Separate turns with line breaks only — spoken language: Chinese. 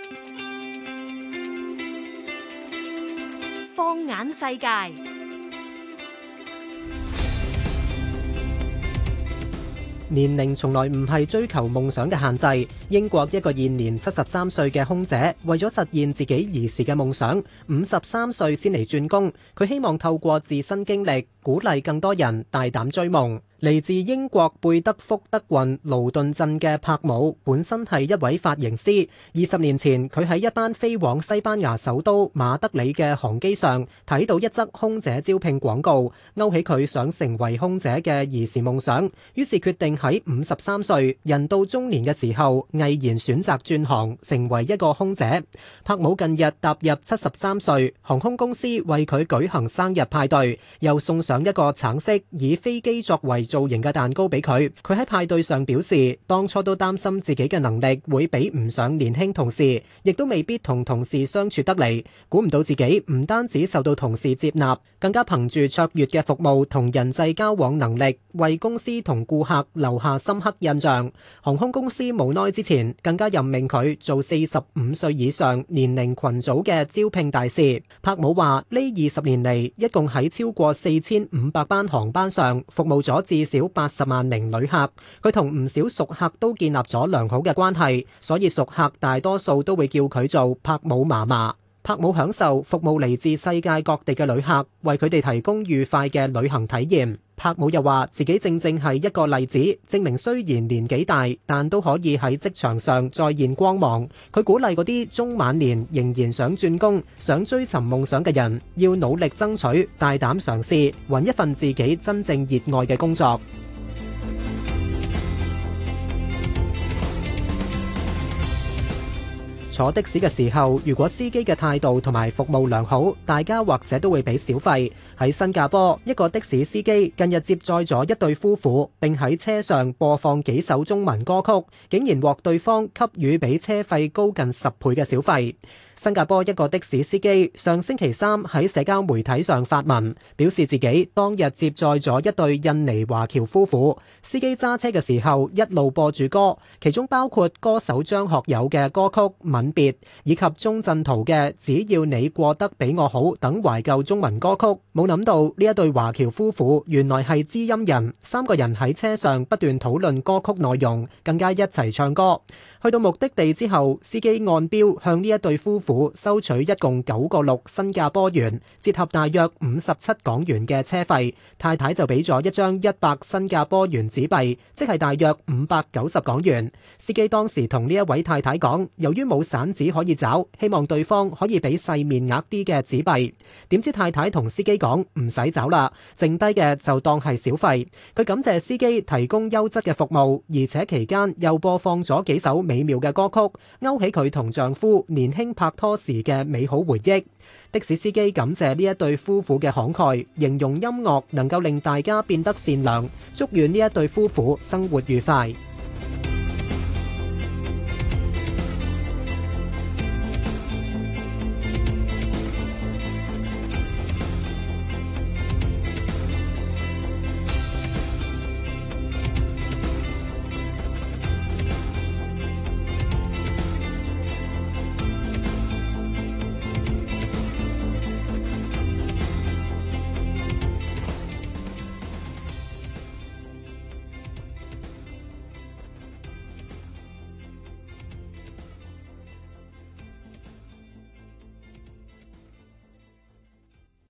放眼世界。
年齡從來唔係追求夢想嘅限制。英國一個現年73歲嘅空姐，為咗實現自己兒時嘅夢想，53歲先嚟轉工。佢希望透過自身經歷，鼓勵更多人大膽追夢。嚟自英國貝德福德郡勞頓鎮嘅柏姆，本身係一位髮型師。20年前，佢喺一班飛往西班牙首都馬德里嘅航機上，睇到一則空姐招聘廣告，勾起佢想成為空姐嘅兒時夢想。於是決定喺53歲人到中年嘅時候，毅然選擇轉行，成為一個空姐。柏姆近日踏入73歲，航空公司為佢舉行生日派對，又送上一個橙色以飛機作為造型嘅蛋糕俾佢。佢喺派對上表示，當初都擔心自己嘅能力會比唔上年輕同事，亦都未必同同事相處得嚟。估唔到自己唔單止受到同事接納，更加憑住卓越嘅服務同人際交往能力，為公司同顧客留下深刻印象。航空公司無奈之前更加任命佢做45歲以上年齡群組嘅招聘大使。柏姆話：呢20年嚟，一共喺超過4500班航班上服務咗至少80萬名旅客。佢同唔少熟客都建立咗良好嘅關係，所以熟客大多數都會叫佢做柏姆嫲嫲。柏姆享受服務嚟自世界各地嘅旅客，為佢哋提供愉快嘅旅行體驗。柏姆又話自己正正係一個例子，證明雖然年紀大，但都可以喺職場上再現光芒。佢鼓勵嗰啲中晚年仍然想轉工、想追尋夢想嘅人，要努力爭取、大膽嘗試，搵一份自己真正熱愛嘅工作。坐的士嘅時候，如果司機嘅態度同埋服務良好，大家或者都會俾小費。喺新加坡，一個的士司機近日接載咗一對夫婦，並喺車上播放幾首中文歌曲，竟然獲對方給予比車費高近10倍嘅小費。新加坡一個的士司機上星期三喺社交媒體上發文，表示自己當日接載咗一對印尼華僑夫婦。司機揸車嘅時候一路播住歌，其中包括歌手張學友嘅歌曲《吻別》，以及鍾鎮濤嘅《只要你過得比我好》等懷舊中文歌曲。冇諗到呢一對華僑夫婦原來係知音人，3個人喺車上不斷討論歌曲內容，更加一齊唱歌。去到目的地之後，司機按標向呢一對夫婦收取一共9個6新加坡元，折合大約57港元嘅車費。太太就俾咗一張100新加坡元紙幣，即係大約590港元。司機當時同呢一位太太講，由於冇散紙可以找，希望對方可以俾細面額啲嘅紙幣。點知太太同司機講唔使找啦，剩低嘅就當係小費。佢感謝司機提供優質嘅服務，而且期間又播放咗幾首美妙嘅歌曲，勾起佢同丈夫年輕拍拖時嘅美好回憶。的士司機感謝呢一對夫婦嘅慷慨，形容音樂能夠令大家變得善良，祝願呢一對夫婦生活愉快。